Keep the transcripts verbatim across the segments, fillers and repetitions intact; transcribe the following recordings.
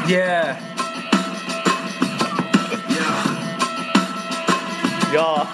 耶！ 哟，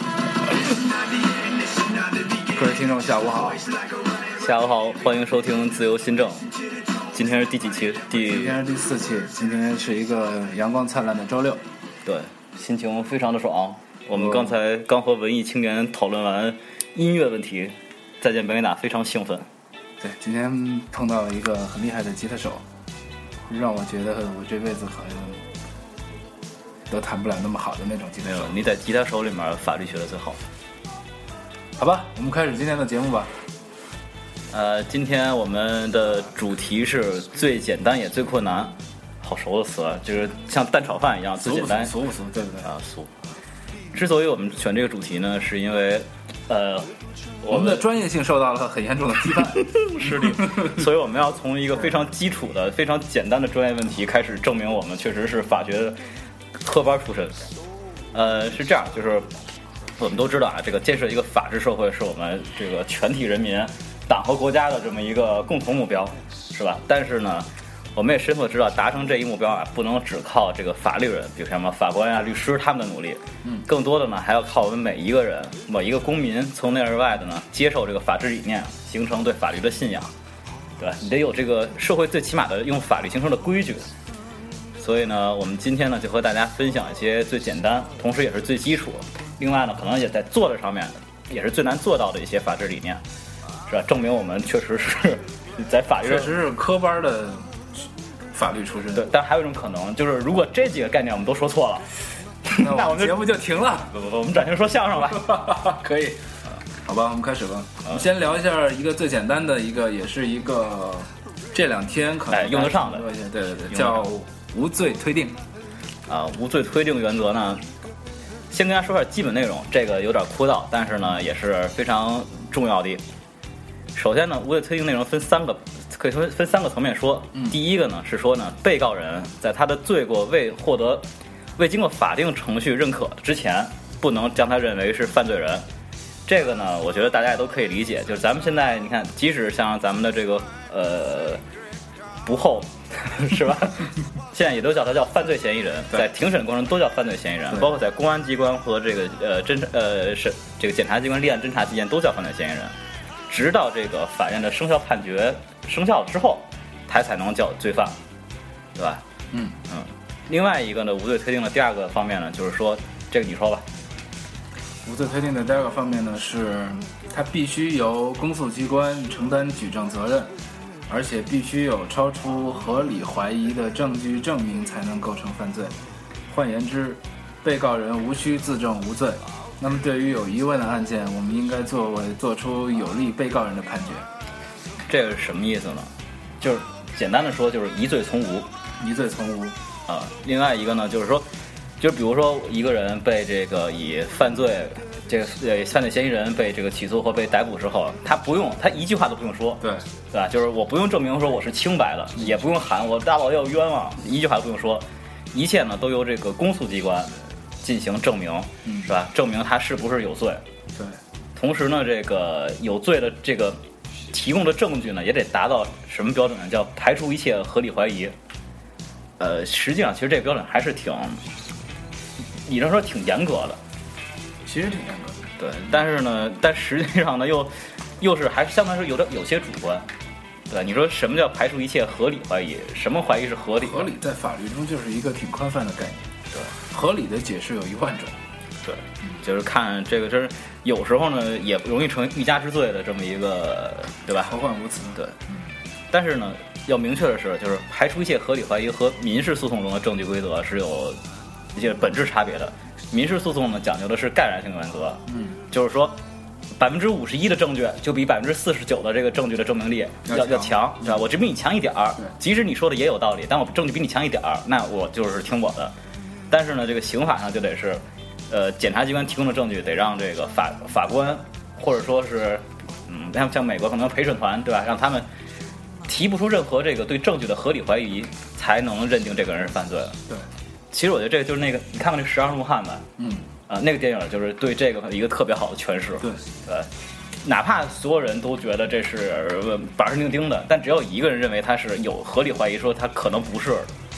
各位听众，下午好。 下午好，欢迎收听自由新政。今天是第几期？第今天是第四期。今天是一个阳光灿烂的周六。 对，心情非常的爽。我们刚才刚和文艺青年讨论完音乐问题，再见北美打非常兴奋。 对，今天碰到了一个很厉害的吉他手，让我觉得我这辈子好像都弹不了那么好的那种吉他手。 你在吉他手里面法律学的最好。 好吧，我们开始今天的节目吧。 呃，今天我们的主题是最简单也最困难，好熟的词啊，就是像蛋炒饭一样，最简单。 俗不俗？对不对？ 啊，俗。之所以我们选这个主题呢，是因为，呃， 我们的专业性受到了很严重的批判， 是的，所以我们要从一个非常基础的、非常简单的专业问题开始证明我们确实是法学科班出身。呃，是这样，就是我们都知道啊，这个建设一个法治社会是我们这个全体人民、党和国家的这么一个共同目标，是吧？但是呢，我们也深刻知道，达成这一目标啊，不能只靠这个法律人，比如什么法官啊、律师他们的努力，嗯，更多的呢，还要靠我们每一个人、每一个公民，从内而外的呢，接受这个法治理念，形成对法律的信仰，对吧？你得有这个社会最起码的用法律形成的规矩。所以呢，我们今天呢，就和大家分享一些最简单，同时也是最基础，另外呢，可能也在做的上面，也是最难做到的一些法治理念，是吧？证明我们确实是在法律确实是科班的法律出身。 对，但还有一种可能，就是如果这几个概念我们都说错了， 那我们节目就停了。 不不不，我们转型说相声吧。 可以，好吧，我们开始吧。我们先聊一下一个最简单的一个，也是一个这两天可能、 哎、用得上的， 对对对，叫无罪推定。 啊，无罪推定原则呢，先跟大家说点基本内容，这个有点枯燥，但是呢也是非常重要的。首先呢，无罪推定内容分三个，可以分分三个层面说。嗯、第一个呢是说呢，被告人在他的罪过未获得、未经过法定程序认可之前，不能将他认为是犯罪人。这个呢，我觉得大家也都可以理解。就是咱们现在你看，即使像咱们的这个呃不后，是吧？现在也都叫他叫犯罪嫌疑人，在庭审过程都叫犯罪嫌疑人，包括在公安机关和这个呃侦呃是这个检察机关立案侦查期间都叫犯罪嫌疑人。直到这个法院的生效判决生效之后，他才能叫罪犯，对吧？ 嗯嗯。另外一个呢，无罪推定的第二个方面呢，就是说，这个你说吧。 无罪推定的第二个方面呢，是他必须由公诉机关承担举证责任，而且必须有超出合理怀疑的证据证明才能构成犯罪。换言之，被告人无需自证无罪。那么对于有疑问的案件，我们应该作为做出有利被告人的判决。 这个是什么意思呢？就是简单的说，就是疑罪从无， 疑罪从无啊。另外一个呢，就是说，就比如说一个人被这个以犯罪，这个呃犯罪嫌疑人被这个起诉或被逮捕之后，他不用，他一句话都不用说， 对对吧？就是我不用证明说我是清白的，也不用喊我大老爷有冤枉，一句话都不用说，一切呢都由这个公诉机关进行证明， 嗯、 是吧？证明他是不是有罪。 对。 同时呢，这个有罪的这个提供的证据呢，也得达到什么标准呢？叫排除一切合理怀疑。呃，实际上其实这个标准还是挺，理论说挺严格的。 其实挺严格的。 对，但是呢，但实际上呢，又又是还是相对来说有点有些主观。对，你说什么叫排除一切合理怀疑？什么怀疑是合理的？ 合理在法律中就是一个挺宽泛的概念。 对， 合理的解释有一万种。 对，就是看这个，就是有时候呢，也容易成为欲加之罪的这么一个，对吧？ 何患无辞。 对，嗯。但是呢，要明确的是，就是排除一切合理怀疑和民事诉讼中的证据规则是有一些本质差别的。民事诉讼呢，讲究的是盖然性原则， 嗯， 就是说，百分之五十一的证据就比百分之四十九的这个证据的证明力要要强，对吧？我只比你强一点儿，即使你说的也有道理，但我证据比你强一点儿，那我就是听我的。但是呢，这个刑法上就得是，呃，检察机关提供的证据得让这个法法官或者说是，嗯，像像美国可能陪审团，对吧？让他们提不出任何这个对证据的合理怀疑，才能认定这个人是犯罪的。 对， 其实我觉得这个就是那个，你看看那个《十二怒汉》吧， 嗯， 啊、呃，那个电影就是对这个一个特别好的诠释。 对， 对，哪怕所有人都觉得这是板上钉钉的，但只要一个人认为他是有合理怀疑，说他可能不是。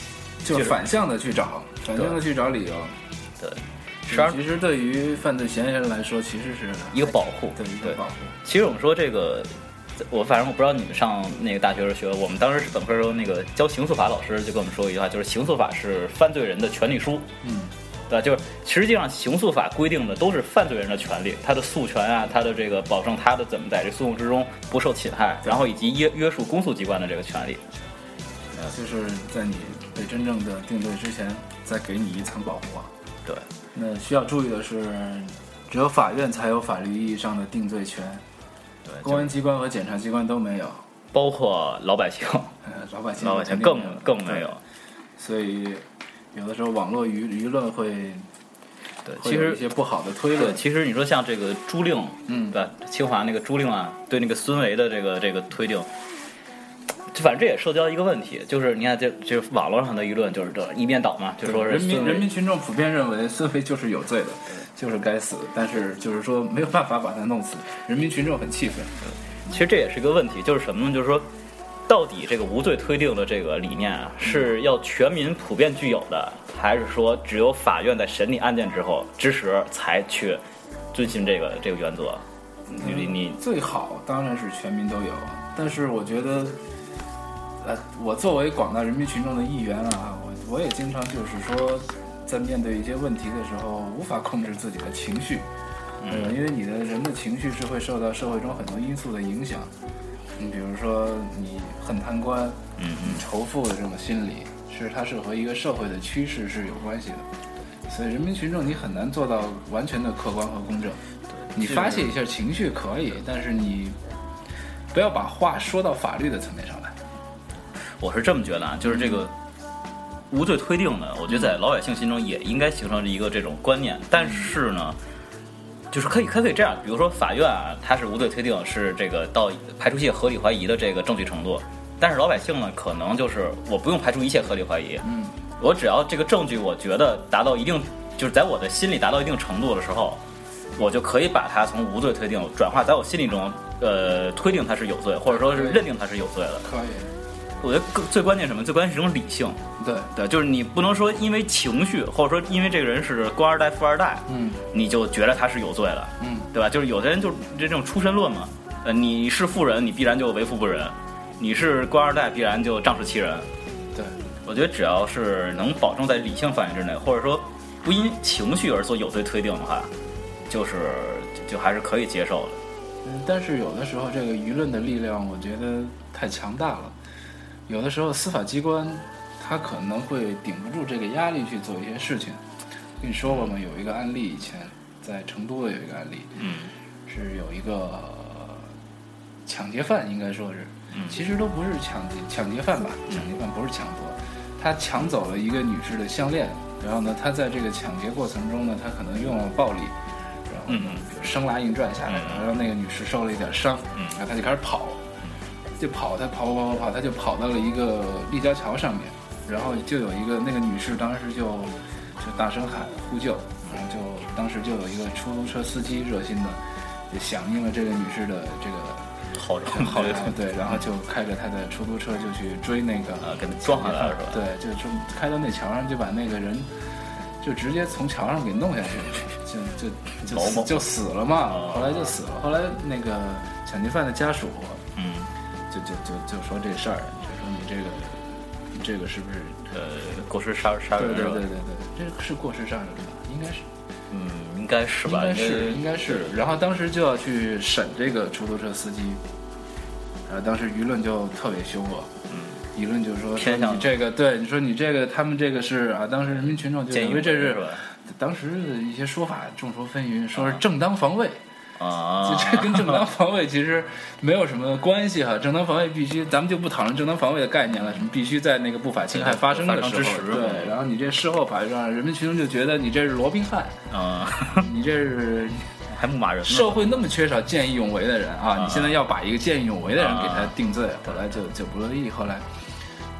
就是反向的去找，反向的去找理由。 对， 其实对于犯罪嫌疑人来说，其实是一个保护， 对一个保护。 其实我们说这个，我反正我不知道你们上那个大学时学，我们当时是本科时候那个教刑诉法老师就跟我们说一句话，就是刑诉法是犯罪人的权利书。 嗯， 对吧？就是实际上刑诉法规定的都是犯罪人的权利，他的诉权啊，他的这个保证他的怎么在这诉讼之中不受侵害，然后以及约约束公诉机关的这个权利。 呃，就是在你被真正的定罪之前，再给你一层保护啊。 对。 那需要注意的是，只有法院才有法律意义上的定罪权， 对， 公安机关和检察机关都没有， 包括老百姓， 呃、老百姓老百姓更更没有。 所以，有的时候网络舆舆论会， 对，其实一些不好的推论。 其实你说像这个朱令， 嗯， 对吧？清华那个朱令啊，对那个孙维的这个这个推定。反正这也涉及到一个问题，就是你看这这网络上的舆论就是这一面倒嘛，就说是人民人民群众普遍认为孙维就是有罪的，就是该死，但是就是说没有办法把他弄死，人民群众很气愤。 其实这也是一个问题，就是什么呢？就是说，到底这个无罪推定的这个理念啊，是要全民普遍具有的，还是说只有法院在审理案件之后之时才去遵循这个这个原则？你你最好当然是全民都有，但是我觉得。呃，我作为广大人民群众的一员啊，我我也经常就是说，在面对一些问题的时候，无法控制自己的情绪，呃，因为你的人的情绪是会受到社会中很多因素的影响。你比如说，你恨贪官， 嗯你仇富的这种心理，是它是和一个社会的趋势是有关系的。所以，人民群众你很难做到完全的客观和公正。你发泄一下情绪可以，但是你不要把话说到法律的层面上来。 我是这么觉得啊，就是这个无罪推定呢，我觉得在老百姓心中也应该形成一个这种观念。但是呢，就是可以可以这样，比如说法院啊，它是无罪推定，是这个到排除一切合理怀疑的这个证据程度。但是老百姓呢，可能就是我不用排除一切合理怀疑， 嗯， 我只要这个证据我觉得达到一定，就是在我的心里达到一定程度的时候，我就可以把它从无罪推定转化在我心里中，呃，推定它是有罪，或者说是认定它是有罪的。 可以。 我觉得最关键什么？最关键是这种理性。 对对，就是你不能说因为情绪，或者说因为这个人是官二代、富二代， 嗯， 你就觉得他是有罪的， 嗯， 对吧？就是有的人就是这种出身论嘛，呃，你是富人，你必然就为富不仁；你是官二代，必然就仗势欺人。 对， 我觉得只要是能保证在理性范围之内，或者说不因情绪而做有罪推定的话，就是就还是可以接受的。 嗯，但是有的时候这个舆论的力量，我觉得太强大了。有的时候司法机关他可能会顶不住这个压力去做一些事情。跟你说过吗？有一个案例，以前在成都的有一个案例， 嗯， 是有一个抢劫犯，应该说是， 嗯， 其实都不是抢劫抢劫犯吧？抢劫犯不是抢夺，他抢走了一个女士的项链，然后呢，他在这个抢劫过程中呢，他可能用了暴力，然后呢，比如生拉硬拽下来，然后让那个女士受了一点伤， 嗯， 然后他就开始跑。就跑，他跑跑跑跑，他就跑到了一个立交桥上面，然后就有一个那个女士当时就就大声喊呼救，然后就当时就有一个出租车司机热心的就响应了这个女士的这个号召， 号召，对，然后就开着他的出租车就去追那个， 啊，给他撞下来了是吧？ 对，就就开到那桥上，就把那个人就直接从桥上给弄下去，就就就死就死了嘛，后来就死了，后来那个抢劫犯的家属， 嗯。 就就就就说这事儿，就说你这个，你这个是不是呃过失杀杀人？ 对对对对对，这是过失杀人吧？应该是， 嗯，应该是吧？ 应该是应该是。然后当时就要去审这个出租车司机，然后当时舆论就特别凶恶， 嗯， 舆论就说偏向你这个，对，你说你这个，他们这个是啊，当时人民群众就认为这是，当时的一些说法众说纷纭，说是正当防卫。 啊， 这跟正当防卫其实没有什么关系哈。正当防卫必须，咱们就不讨论正当防卫的概念了，什么必须在那个不法侵害发生的时候，对。然后你这事后法让人民群众就觉得你这是罗宾汉啊， 你这是还牧马人。 社会那么缺少见义勇为的人啊，你现在要把一个见义勇为的人给他定罪，后来就就不乐意。后来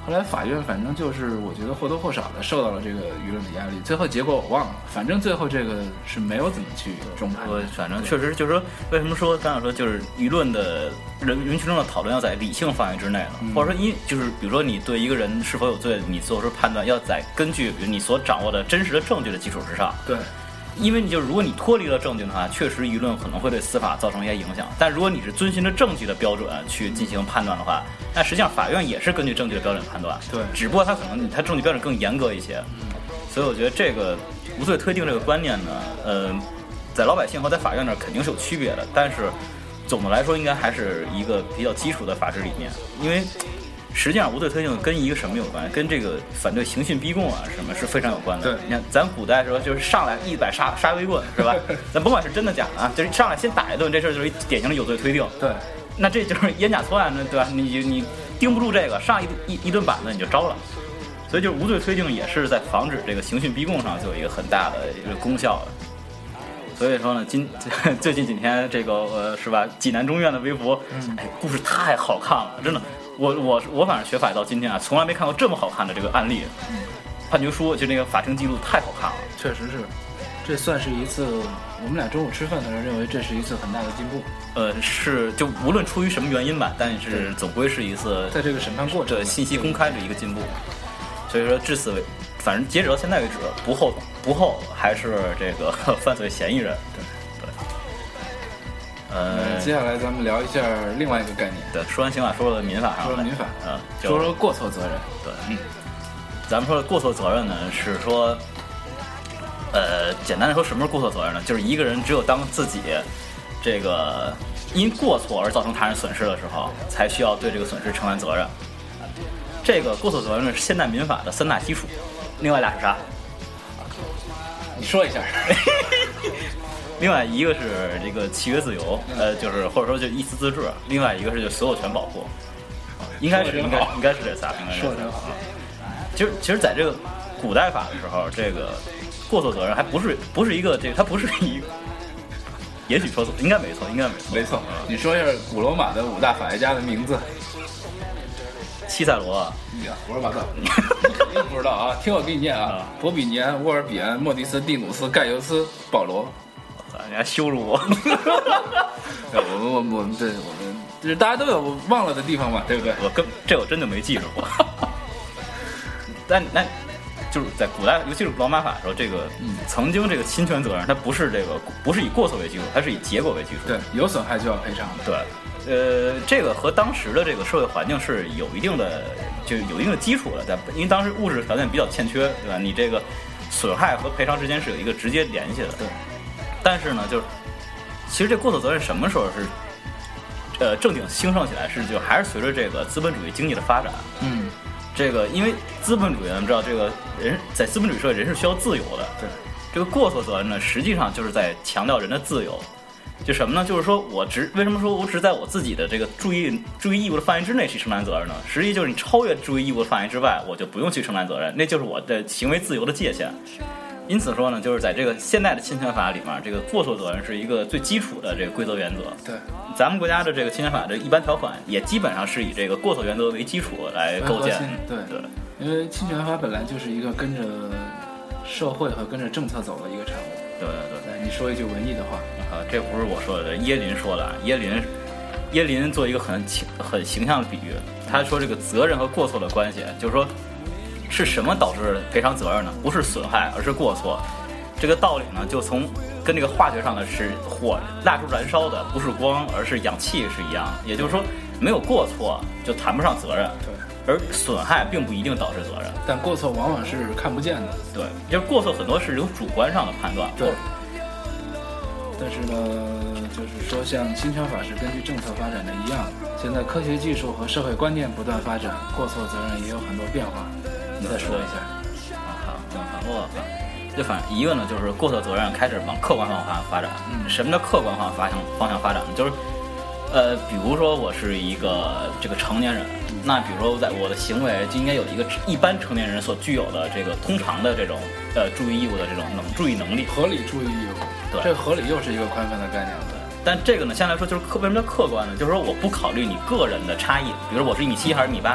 后来法院反正就是我觉得或多或少的受到了这个舆论的压力，最后结果我忘了，反正最后这个是没有怎么去重判。 我反正确实就是说，为什么说刚才说就是舆论的人人群中的讨论要在理性范围之内呢？嗯、或者说因就是比如说你对一个人是否有罪，你做出判断要在根据比如你所掌握的真实的证据的基础之上。 对。 因为你就如果你脱离了证据的话，确实舆论可能会对司法造成一些影响。但如果你是遵循着证据的标准去进行判断的话，那实际上法院也是根据证据的标准判断。 对， 只不过它可能它证据标准更严格一些。嗯，所以我觉得这个无罪推定这个观念呢，呃，在老百姓和在法院那儿肯定是有区别的。但是总的来说，应该还是一个比较基础的法治理念，因为。实际上，无罪推定跟一个什么有关？跟这个反对刑讯逼供啊什么是非常有关的。 对， 你看咱古代时候就是上来一百杀杀为棍，是吧？咱甭管是真的假的啊，就是上来先打一顿，这事儿就是一典型的有罪推定。 对， 那这就是冤假错案，对吧？你你盯不住这个，上一一一顿板子你就招了。所以就是无罪推定也是在防止这个刑讯逼供上就有一个很大的一个功效的。所以说呢，今最近几天这个呃是吧，济南中院的微博， 嗯、 哎，故事太好看了，真的。我我我反正学法到今天啊，从来没看过这么好看的这个案例，嗯、判决书就那个法庭记录太好看了。 确实是，这算是一次我们俩中午吃饭的时候认为这是一次很大的进步。 呃，是就无论出于什么原因吧，但是总归是一次在这个审判过程的信息公开的一个进步。所以说至此为，反正截止到现在为止，不后不后还是这个犯罪嫌疑人。 对。 呃， 接下来咱们聊一下另外一个概念。 对，说完刑法，说了民法上， 说了民法， 嗯， 说说过错责任。 对，嗯，咱们说的过错责任呢，是说，呃，简单的说，什么是过错责任呢？就是一个人只有当自己这个因过错而造成他人损失的时候，才需要对这个损失承担责任。这个过错责任是现代民法的三大基础，另外俩是啥？ 你说一下。 另外一个是这个契约自由，呃，就是或者说就意思自治；另外一个是就所有权保护，应该是应该应该是这仨，应该是。 说得好。 其实其实，在这个古代法的时候，这个过错责任还不是不是一个这个，它不是一个。也许说错，应该没错，应该没错。 没错。你说一下古罗马的五大法学家的名字。 西塞罗。 呀，胡说八道。你肯定不知道啊！听我给你念啊：博比尼安、沃尔比安、莫迪斯、蒂努斯、盖尤斯、保罗。 你还羞辱我！ 对，我们我们我们对我们就是大家都有忘了的地方嘛，对不对？ 我跟这我真的没记住过。但那就是在古代，尤其是罗马法的时候，这个、嗯、曾经这个侵权责任，它不是这个不是以过错为基础，它是以结果为基础。 对，有损害就要赔偿的。 对，呃，这个和当时的这个社会环境是有一定的，就有一定的基础的。在因为当时物质条件比较欠缺，对吧？你这个损害和赔偿之间是有一个直接联系的。 对。 但是呢，就是其实这过错责任什么时候是呃正经兴盛起来，是就还是随着这个资本主义经济的发展。 嗯， 这个因为资本主义，咱们知道这个人在资本主义社会人是需要自由的。 对， 这个过错责任呢，实际上就是在强调人的自由。就什么呢？就是说我只为什么说我只在我自己的这个注意注意义务的范围之内去承担责任呢？实际就是你超越注意义务的范围之外，我就不用去承担责任，那就是我的行为自由的界限。因此说呢，就是在这个现代的侵权法里面，这个过错责任是一个最基础的这个规则原则。 对， 咱们国家的这个侵权法的一般条款也基本上是以这个过错原则为基础来构建。 对对， 因为侵权法本来就是一个跟着社会和跟着政策走的一个产物。 对对对， 你说一句文艺的话啊，这不是我说的，耶林说的。耶林，耶林做一个很很形象的比喻，他说这个责任和过错的关系，就是说。是什么导致赔偿责任呢？不是损害，而是过错。这个道理呢，就从跟这个化学上的是火蜡烛燃烧的不是光，而是氧气是一样的。也就是说，没有过错就谈不上责任。 对， 而损害并不一定导致责任。 但过错往往是看不见的。 对，就是过错很多是有主观上的判断。 对。但是呢，就是说，像侵权法是根据政策发展的一样，现在科学技术和社会观念不断发展，过错责任也有很多变化。你再说一下啊，好，好，我就反正一个呢，就是过错责任开始往客观方向发展。 嗯， 什么叫客观方方向方向发展呢？就是，呃，比如说我是一个这个成年人，嗯、那比如说在我的行为就应该有一个一般成年人所具有的这个通常的这种呃注意义务的这种能注意能力， 合理注意义务。 对， 这个合理又是一个宽泛的概念。 对，但这个呢，相对来说就是客为什么叫客观呢？就是说我不考虑你个人的差异，比如说我是一米七还是一米八。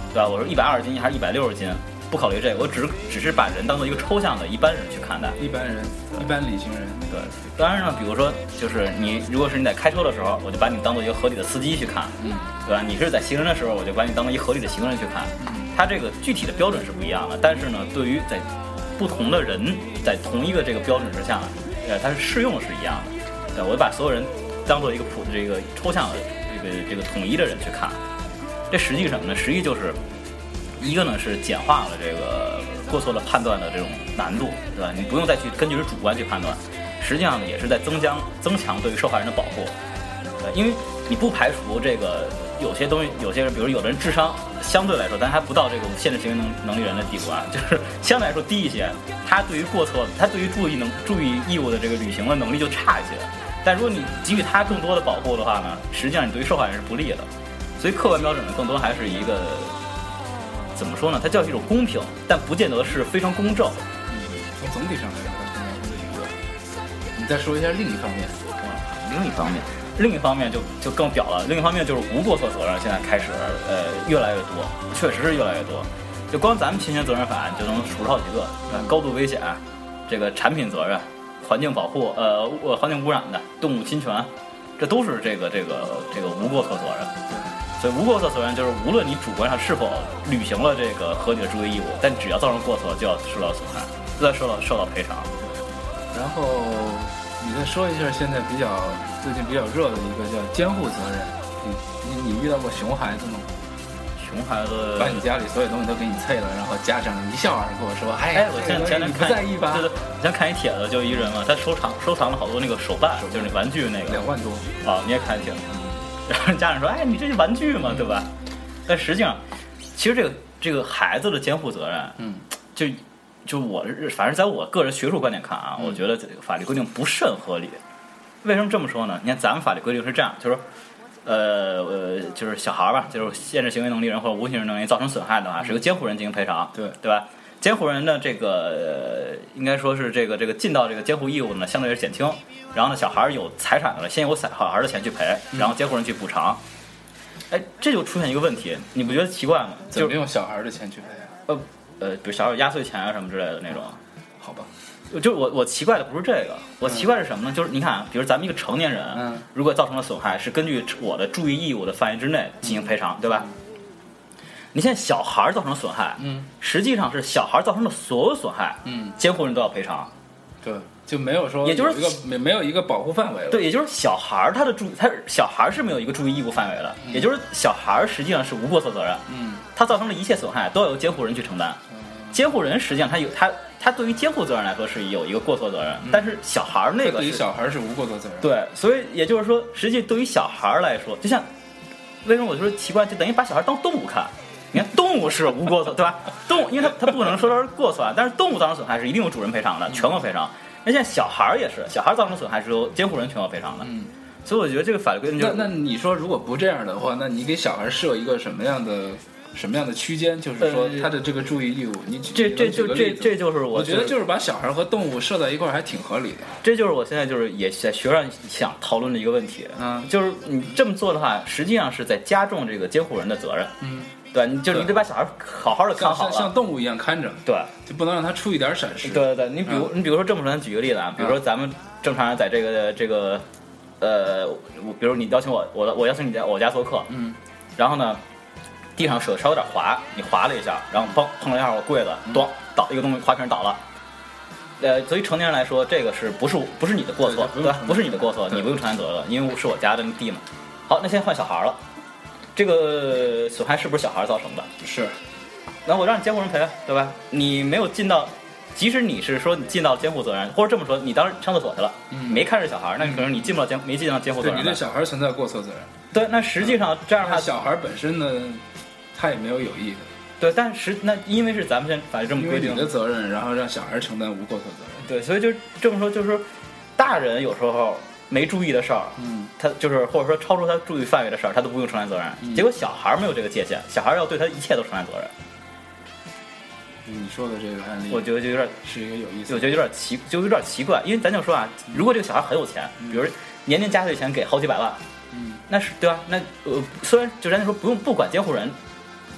对吧？我说一百二十斤还是一百六十斤，不考虑这个，我只只是把人当做一个抽象的一般人去看待。 一般人，一般理性人。 对，当然呢，比如说就是你，如果是你在开车的时候，我就把你当做一个合理的司机去看， 嗯， 对吧？你是在行人的时候，我就把你当做一个合理的行人去看。嗯，它这个具体的标准是不一样的，但是呢，对于在不同的人在同一个这个标准之下，呃，它是适用是一样的。对，我就把所有人当做一个普这个抽象的这个这个统一的人去看。这实际什么呢？实际就是一个呢是简化了这个过错的判断的这种难度，对吧？你不用再去根据主观去判断，实际上呢也是在增强增强对于受害人的保护。呃，因为你不排除这个有些东西，有些人，比如有的人智商相对来说，但还不到这种限制行为能能力人的地步啊，就是相对来说低一些，他对于过错，他对于注意能注意义务的这个履行的能力就差一些。但如果你给予他更多的保护的话呢，实际上你对于受害人是不利的。所以客观标准呢，更多还是一个怎么说呢？它叫一种公平，但不见得是非常公正。 嗯，从总体上来说，它应该是一个。你再说一下另一方面。 另一方面，另一方面就就更屌了。另一方面就是无过错责任，现在开始呃越来越多，确实是越来越多。就光咱们侵权责任法就能数出好几个，高度危险，这个产品责任、环境保护、呃环境污染的、动物侵权，这都是这个这个这个无过错责任。所以无过错责任就是无论你主观上是否履行了这个合理的注意义务，但只要造成过错就要受到损害，就要受到受到赔偿。 然后你再说一下现在比较最近比较热的一个叫监护责任。你你你遇到过熊孩子吗？ 熊孩子把你家里所有东西都给你碎了，然后家长一笑而过说：“ 哎，我前前天你不在意吧？” 对对，我前看一帖子，就一人嘛，他收藏收藏了好多那个手办，就是那玩具那个， 两万多啊，你也看帖子。然后家长说：“哎，你这是玩具嘛，对吧？”但实际上，其实这个这个孩子的监护责任， 嗯，就就我反正在我个人学术观点看啊， 嗯、 我觉得这个法律规定不甚合理。为什么这么说呢？你看咱们法律规定是这样，就是，呃呃，就是小孩吧，就是限制行为能力人或者无行为能力造成损害的话，是由监护人进行赔偿， 对对吧？监护人的这个、呃、应该说是这个这个尽到这个监护义务呢，相对是减轻。然后呢，小孩有财产的了，先由小孩的钱去赔，然后监护人去补偿。哎，这就出现一个问题，你不觉得奇怪吗？ 怎么用小孩的钱去赔啊？ 呃呃，比如小孩压岁钱啊什么之类的那种。 好吧。 就我我奇怪的不是这个，我奇怪是什么呢？就是你看，比如咱们一个成年人， 嗯， 如果造成了损害，是根据我的注意义务的范围之内进行赔偿，对吧？你现在小孩造成损害， 嗯， 实际上是小孩造成的所有损害， 嗯， 监护人都要赔偿。 对，就没有说， 也就是一个没没有一个保护范围了。 对，也就是小孩他的注，他小孩是没有一个注意义务范围的， 嗯、 也就是小孩实际上是无过错责任， 嗯， 他造成的一切损害都要由监护人去承担。 嗯、 监护人实际上他有他他对于监护责任来说是有一个过错责任， 嗯、 但是小孩那个对于小孩是无过错责任。 对，所以也就是说，实际对于小孩来说，就像为什么我说奇怪，就等于把小孩当动物看。你看，动物是无过错，对吧？动物，因为它它不能说它是过错，但是动物造成损害是一定有主人赔偿的，全额赔偿。那现在小孩也是，小孩造成损害是由监护人全额赔偿的。 嗯， 所以我觉得这个法律规定就…… 那那你说，如果不这样的话，那你给小孩设一个什么样的什么样的区间？就是说他的这个注意义务，呃、你这这就这这就是我我觉得就是把小孩和动物设在一块儿还挺合理的。 这就是我现在就是也在学上想讨论的一个问题。 嗯， 就是你这么做的话，实际上是在加重这个监护人的责任。 嗯。 对，你就你得把小孩好好的看好了， 像像动物一样看着， 对， 就不能让他出一点闪失。 对对对，你比如、嗯、你比如说这么说，咱举个例子啊，比如说咱们正常人在这个这个，呃，比如你邀请我，我我邀请你在我家做客， 嗯， 然后呢，地上手稍有点滑，你滑了一下，然后砰碰了一下我柜子，咣倒一个东西，花瓶倒了。呃，对于成年人来说，这个是不是不是你的过错，对吧？不是你的过错，你不用承担责任，因为是我家的地嘛。好，那现在换小孩了。这个损害是不是小孩造成的？ 是， 那我让你监护人赔，对吧？你没有尽到，即使你是说你尽到监护责任，或者这么说，你当时上厕所去了， 嗯、 没看着小孩，那可能你尽不到监，没尽到监护责任。 对，你对小孩存在过错责任。 对，那实际上这样的话， 小孩本身呢，他也没有有意的。 对，但是那因为是咱们现在法律这么规定， 你的责任，然后让小孩承担无过错责任。 对，所以就这么说，就是说大人有时候没注意的事儿， 嗯， 他就是或者说超出他注意范围的事儿，他都不用承担责任。 嗯、 结果小孩没有这个界限，小孩要对他一切都承担责任。 你说的这个案例， 我觉得就有点是一个有意思， 我觉得有点奇，就有点奇怪。因为咱就说啊，如果这个小孩很有钱， 嗯、 比如年年压岁钱给好几百万， 嗯， 那是对吧？那呃，虽然就咱就说不用不管监护人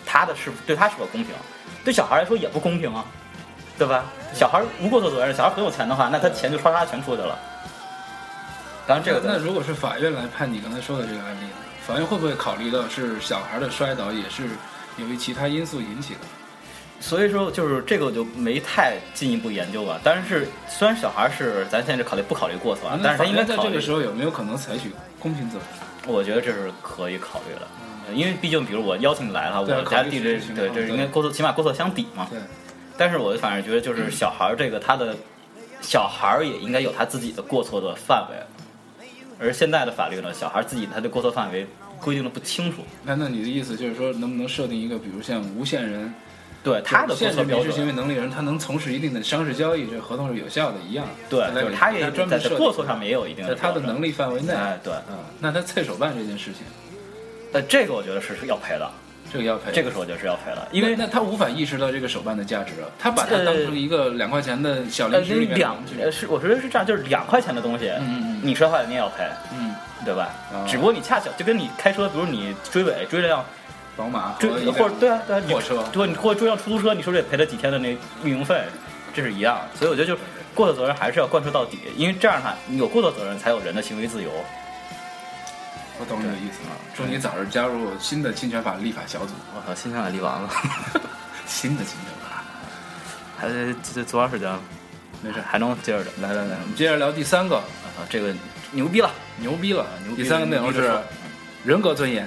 他的是对他是否公平，对小孩来说也不公平啊，对吧？小孩无过错责任，小孩很有钱的话，那他钱就刷刷全出去了。当然这个那如果是法院来判你刚才说的这个案例呢，法院会不会考虑到是小孩的摔倒也是由于其他因素引起的？ 所以说就是这个我就没太进一步研究吧。但是虽然小孩是咱现在考虑不考虑过错啊，但是他应该在这个时候有没有可能采取公平责任？ 我觉得这是可以考虑的，嗯、因为毕竟比如我邀请你来了，我家地址对，这是应该过错，起码过错相抵嘛。 对。 但是我反正觉得就是小孩这个他的小孩也应该有他自己的过错的范围，而现在的法律呢，小孩自己他的过错范围规定的不清楚。 那那你的意思就是说，能不能设定一个，比如像无限人？ 对他的限制民事行为能力人，他能从事一定的商事交易，这合同是有效的，一样。 对，就是他也专门在过错上面也有一定的， 在他的能力范围内。 哎，对， 嗯，那他脆手办这件事情， 呃，这个我觉得是要赔的， 这个要赔， 这个是我觉得是要赔的，因为那他无法意识到这个手办的价值啊，他把它当成一个两块钱的小零食里面。 两呃是，我觉得是这样，就是两块钱的东西， 嗯嗯， 你摔坏了你也要赔， 嗯， 对吧？ 哦、 只不过你恰巧就跟你开车，比如你追尾追了辆。 宝马追或者对啊对啊， 货车对，你或者追辆出租车，你是不是也赔了几天的那运营费？这是一样的，所以我觉得就过错责任还是要贯彻到底，因为这样的话，你有过错责任才有人的行为自由。 我懂你的意思啊！祝你早日加入新的侵权法立法小组。 我操，侵权法立完了， 新的侵权法， 还得这多长时间了？没事，还能接着来来来，我们接着聊第三个。 啊，这个牛逼了， 牛逼了！ 牛逼第三个内容是人格尊严。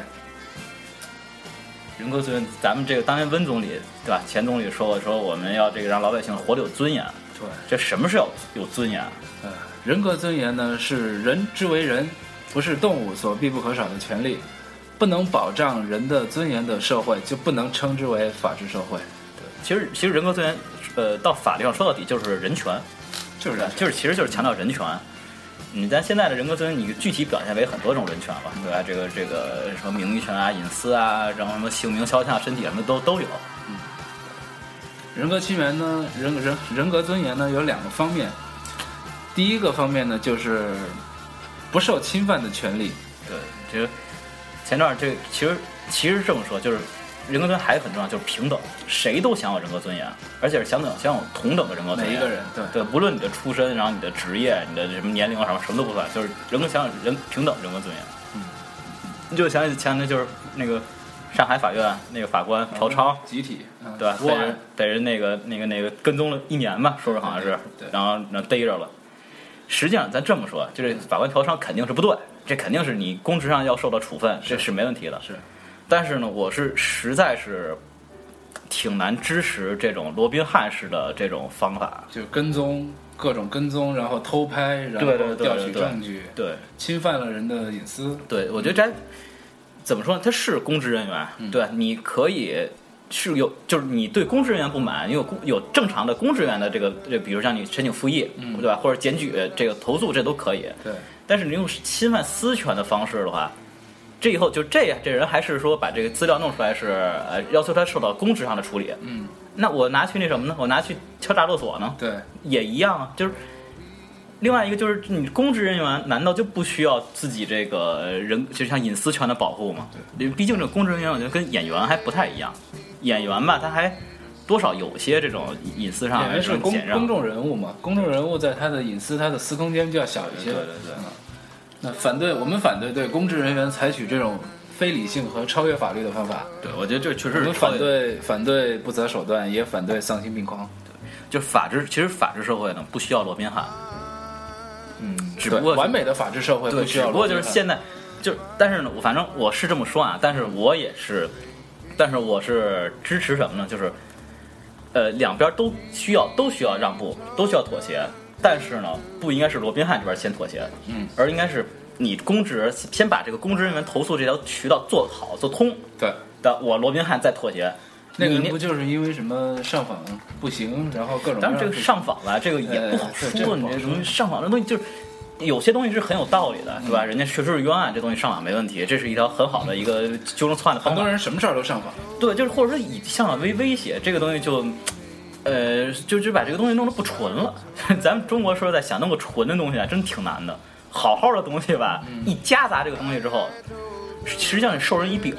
人格尊严，咱们这个当年温总理对吧？前总理说过，说我们要这个让老百姓活得有尊严。 对， 这什么是要有尊严？ 呃，人格尊严呢是人之为人，不是动物所必不可少的权利。不能保障人的尊严的社会，就不能称之为法治社会。 对，其实其实人格尊严，呃，到法律上说到底就是人权， 就是就是其实就是强调人权。你咱现在的人格尊严，你具体表现为很多种人权吧，对吧？这个这个什么名誉权啊、隐私啊，然后什么姓名、肖像、身体什么都都有。 嗯，人格侵权呢，人人人格尊严呢有两个方面。第一个方面呢，就是不受侵犯的权利。 对，其实前段这个其实其实这么说，就是人格尊严还很重要，就是平等，谁都享有人格尊严，而且是相等享有同等的人格尊严。 每一个人，对对，不论你的出身，然后你的职业、你的什么年龄什么什么都不算，就是人格享有人平等人格尊严。 嗯， 你就想起前的就是那个上海法院那个法官朴昌， 集体，嗯、 对吧？被人被人那个那个那个跟踪了一年吧，说是好像是， 对对然后然后逮着了。实际上咱这么说，就是法官朴昌肯定是不对，这肯定是你公职上要受到处分，这是没问题的。 是， 但是呢，我是实在是挺难支持这种罗宾汉式的这种方法， 就跟踪各种跟踪，然后偷拍，然后调取证据， 对，对对对对侵犯了人的隐私。 对，我觉得这怎么说呢？他是公职人员， 嗯、 对，你可以。是有，就是你对公职人员不满，你有公有正常的公职人员的这个，比如像你申请复议， 嗯、 对吧？或者检举这个投诉，这都可以。 对。 但是你用侵犯私权的方式的话，这以后就这样，这人还是说把这个资料弄出来是呃要求他受到公职上的处理。 嗯。 那我拿去那什么呢？我拿去敲诈勒索呢？ 对。 也一样啊，就是另外一个就是你公职人员难道就不需要自己这个人就像隐私权的保护吗？ 对。 毕竟这个公职人员我觉得跟演员还不太一样。演员吧，他还多少有些这种隐私上的是公公众人物嘛，公众人物在他的隐私、他的私空间就要小一些。 对对对。 嗯、那反对我们反对对公职人员采取这种非理性和超越法律的方法。 对，我觉得这确实是我们反对反对不择手段，也反对丧心病狂。 对，就法治，其实法治社会呢不需要罗宾汉。 嗯， 只不过完美的法治社会不需要罗宾汉。 只不过就是现在，就但是呢，我反正我是这么说啊，但是我也是。但是我是支持什么呢？就是，呃，两边都需要都需要让步，都需要妥协。但是呢，不应该是罗宾汉这边先妥协， 嗯， 而应该是你公职先把这个公职人员投诉这条渠道做好做通， 对的，我罗宾汉再妥协。 那个不就是因为什么上访不行，然后各种？ 当然这个上访吧，这个也不好说。你这东西上访这东西就是。有些东西是很有道理的，对吧？人家确实是冤案，这东西上访没问题，这是一条很好的一个纠正错案的方法。 很多人什么事儿都上访， 对，就是或者说以上访为威胁，这个东西就，呃，就就把这个东西弄得不纯了。咱们中国说实在想弄个纯的东西啊，真挺难的。好好的东西吧， 嗯、 一夹杂这个东西之后，实际上是授人以柄。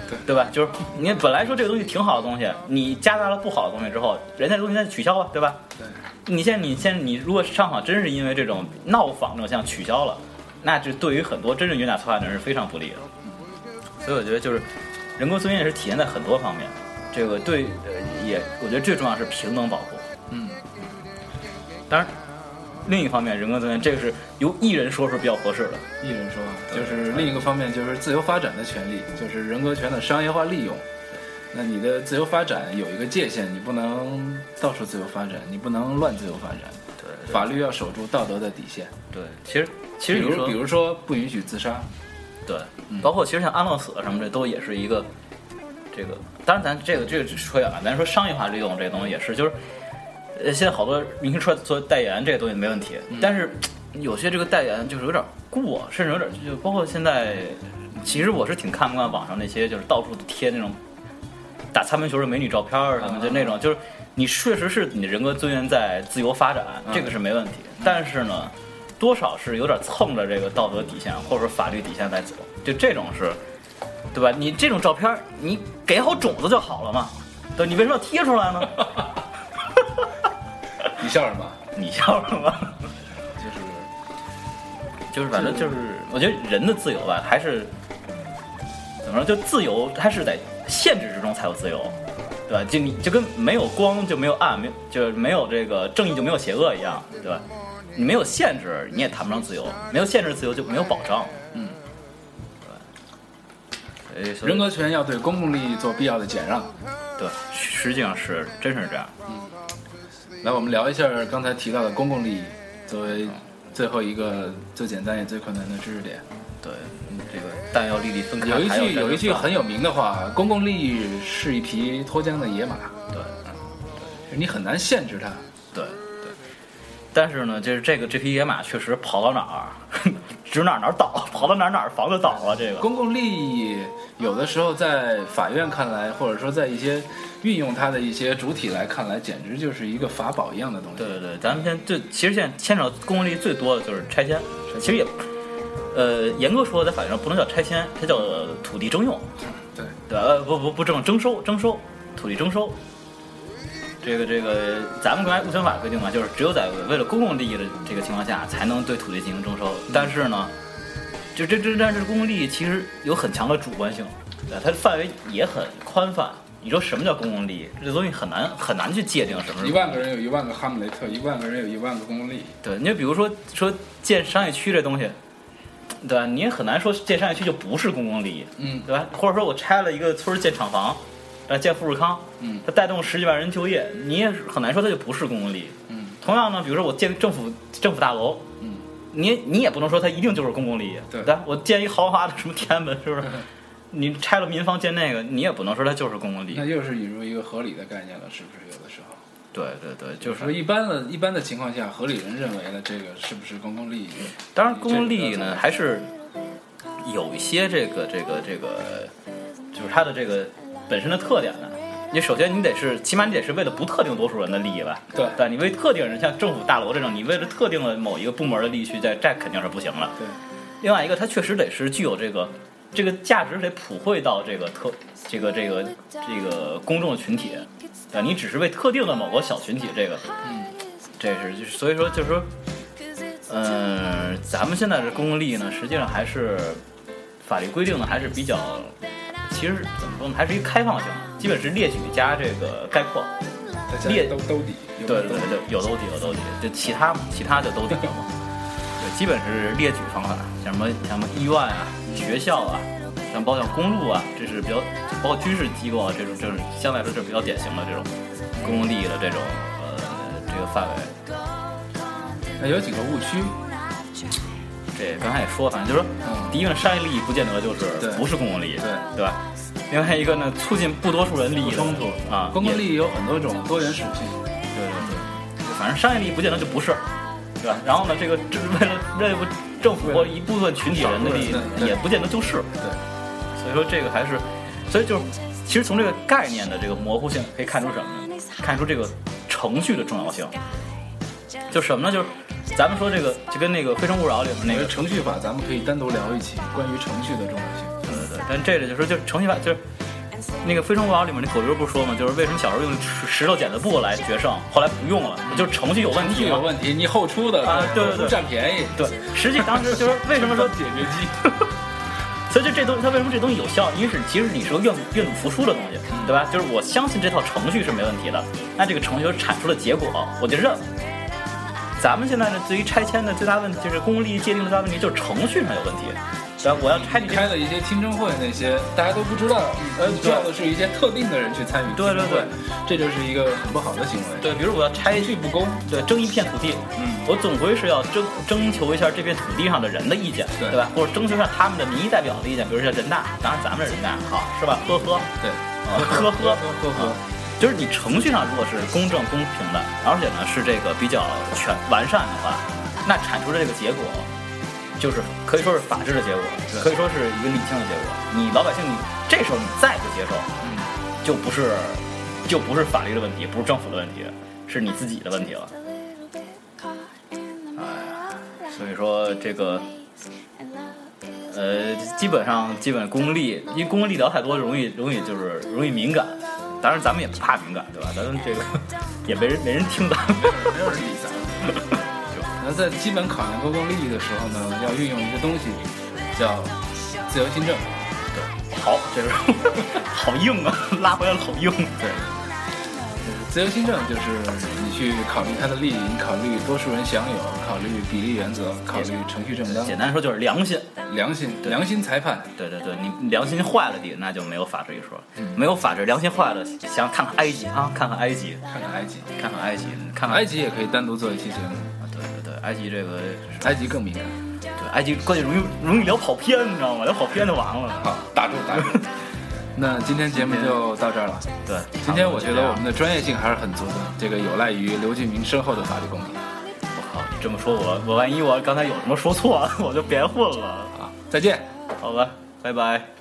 对对吧？就是你本来说这个东西挺好的东西，你加大了不好的东西之后，人家这东西再取消了，对吧？ 对。 你现在你现在你如果上访真是因为这种闹仿这种项取消了，那这对于很多真正冤假错案的人是非常不利的。所以我觉得就是人格尊严是体现在很多方面，这个对呃也我觉得最重要是平等保护。 嗯， 当然另一方面人格尊严这个是由艺人说是比较合适的。 艺人说就是另一个方面就是自由发展的权利，就是人格权的商业化利用。那你的自由发展有一个界限，你不能到处自由发展，你不能乱自由发展。 对，对法律要守住道德的底线。 对，其实其实比如比如说不允许自杀。对， 嗯、包括其实像安乐死什么这都也是一个这个，当然咱这个这个说远了，咱说商业化利用这个东西也是，就是呃现在好多明星出来做代言这个东西没问题，嗯、但是有些这个代言就是有点过，甚至有点就包括现在，其实我是挺看不惯网上那些就是到处贴那种。打擦边球的美女照片什么，就那种，就是你确实是你人格尊严在自由发展，这个是没问题。但是呢，多少是有点蹭着这个道德底线或者说法律底线在走，就这种是，对吧？你这种照片，你给好种子就好了嘛，对，你为什么要贴出来呢？ 你笑什么？ 你笑什么？ 就是就是反正就是，我觉得人的自由吧，还是怎么说？就自由，它是在。限制之中才有自由，对吧？就你就跟没有光就没有暗，没就没有这个正义就没有邪恶一样，对吧？你没有限制，你也谈不上自由；没有限制自由就没有保障。 嗯， 对。 人格权要对公共利益做必要的减让。 对，实际上是真是这样。 嗯。来，我们聊一下刚才提到的公共利益，作为最后一个最简单也最困难的知识点。 对，这个弹药粒粒分开。 有一句有一句很有名的话，公共利益是一匹脱缰的野马。 对， 嗯，对，你很难限制它。 对对。但是呢，就是这个这匹野马确实跑到哪儿，指哪儿哪儿倒，跑到哪儿哪儿房子倒了。这个公共利益有的时候在法院看来，或者说在一些运用它的一些主体来看来，简直就是一个法宝一样的东西。 对对对，咱们现在就其实现在牵扯公共利益最多的就是拆迁，其实也。呃，严格说，在法律上不能叫拆迁，它叫土地征用。 对对，呃，不不不征征收征收，土地征收。这个这个，咱们国家物权法规定嘛，就是只有在为了公共利益的这个情况下，才能对土地进行征收。但是呢，就这这但是公共利益其实有很强的主观性，对，它的范围也很宽泛。你说什么叫公共利益？这东西很难很难去界定什么是。 一万个人有一万个哈姆雷特，一万个人有一万个公共利益。 对，你就比如说说建商业区这东西。对吧？你也很难说建商业区就不是公共利益， 嗯， 对吧？或者说我拆了一个村建厂房，呃，建富士康， 嗯， 它带动十几万人就业，你也很难说它就不是公共利益。 嗯， 同样呢，比如说我建政府政府大楼， 嗯， 你你也不能说它一定就是公共利益， 对吧？我建一豪华的什么天安门，是不是？你拆了民房建那个，你也不能说它就是公共利益。 那又是引入一个合理的概念了，是不是？有的时候。 对对对，就是说一般的一般的情况下，合理人认为的这个是不是公共利益？ 当然，公共利益呢还是。有一些这个这个这个，就是它的这个本身的特点呢。你首先你得是，起码你得是为了不特定多数人的利益吧？ 对， 对，你为特定人，像政府大楼这种，你为了特定的某一个部门的利益去在，这肯定是不行的。 对。 另外一个，它确实得是具有这个这个价值得普惠到这个特这个这个这个公众群体。对，你只是为特定的某个小群体，这个， 嗯， 这是就是所以说就是说，嗯、呃，咱们现在的公共利益呢，实际上还是。法律规定呢还是比较，其实怎么说呢，还是一个开放性，基本是列举加这个概括， 列兜兜底， 对对对，有兜底有兜底，就其他其他就兜底了嘛。对，基本是列举方法，像什么像什么医院啊、学校啊，像包括公路啊，这是比较，包括军事机构啊，这种就是相对来说这是比较典型的这种公共利益的这种呃这个范围。 那有几个误区。 这刚才也说，反正就是说，嗯、第一个商业利益不见得就是不是公共利益， 对对吧？另外一个呢，促进不多数人利益冲突啊， 公共利益有很多种多元属性， 对对对，反正商业利益不见得就不是，对吧？然后呢，这个这是为了为了政府或一部分群体人的利益，也不见得就是， 对。 所以说这个还是，所以就是其实从这个概念的这个模糊性可以看出什么呢？看出这个程序的重要性，就什么呢？就是。咱们说这个就跟那个《非诚勿扰》里面那个程序法，咱们可以单独聊一期关于程序的重要性。 对对对， 但这里就说就是程序法就是那个《非诚勿扰》里面那狗流不是说嘛，就是为什么小时候用石头剪子布来决胜，后来不用了，就是程序有问题， 有问题，你后出的啊，对对对， 占便宜， 对，实际当时就是为什么说解决机。 所以就这东西，它为什么这东西有效？因为是其实你是个愿愿赌服输的东西，对吧？就是我相信这套程序是没问题的，那这个程序产出的结果我就认了。咱们现在呢，对于拆迁的最大问题就是公利益界定的最大问题就是程序上有问题。对吧？我要拆你开了一些听证会，那些大家都不知道，呃，知道的是一些特定的人去参与。 对对对， 这就是一个很不好的行为。 对，比如我要拆程序不公， 对，争一片土地，嗯，我总归是要征征求一下这片土地上的人的意见，对, 对吧？或者征求一下他们的民意代表的意见，比如说人大，当然咱们是人大，好是吧？呵呵， 对， 呵呵呵呵， 就是你程序上如果是公正公平的，而且呢是这个比较全完善的话，那产出的这个结果。就是可以说是法治的结果，可以说是一个理性的结果。你老百姓，你这时候你再不接受，嗯，就不是，就不是法律的问题，不是政府的问题，是你自己的问题了。哎呀，所以说这个，呃，基本上基本公利，因为公利聊太多，容易容易就是容易敏感。当然咱们也不怕敏感，对吧？咱们这个也没人没人听咱们， 没有人理咱们。那在基本考量公共利益的时候呢，要运用一个东西，叫自由新政。 对，好，这是好硬啊，拉回来了，好硬。 对，自由新政就是你去考虑它的利益，你考虑多数人享有，考虑比例原则，考虑程序正当。 简单说就是良心， 良心，良心裁判。 对对对，你良心坏了的，那就没有法治一说。嗯、没有法治，良心坏了，想看看埃及啊，看看埃及， 看看埃及， 看看埃及，看看埃及也可以单独做一期节目。 埃及这个， 埃及更敏感， 对，埃及关键容易容易聊跑偏，你知道吗？聊跑偏就完了。 好，打住打住。那今天节目就到这儿了。 对， 今天我觉得我们的专业性还是很足的，这个有赖于刘俊明深厚的法律功底。 我靠，你这么说我我万一我刚才有什么说错，我就别混了。 好，再见。 好吧，拜拜。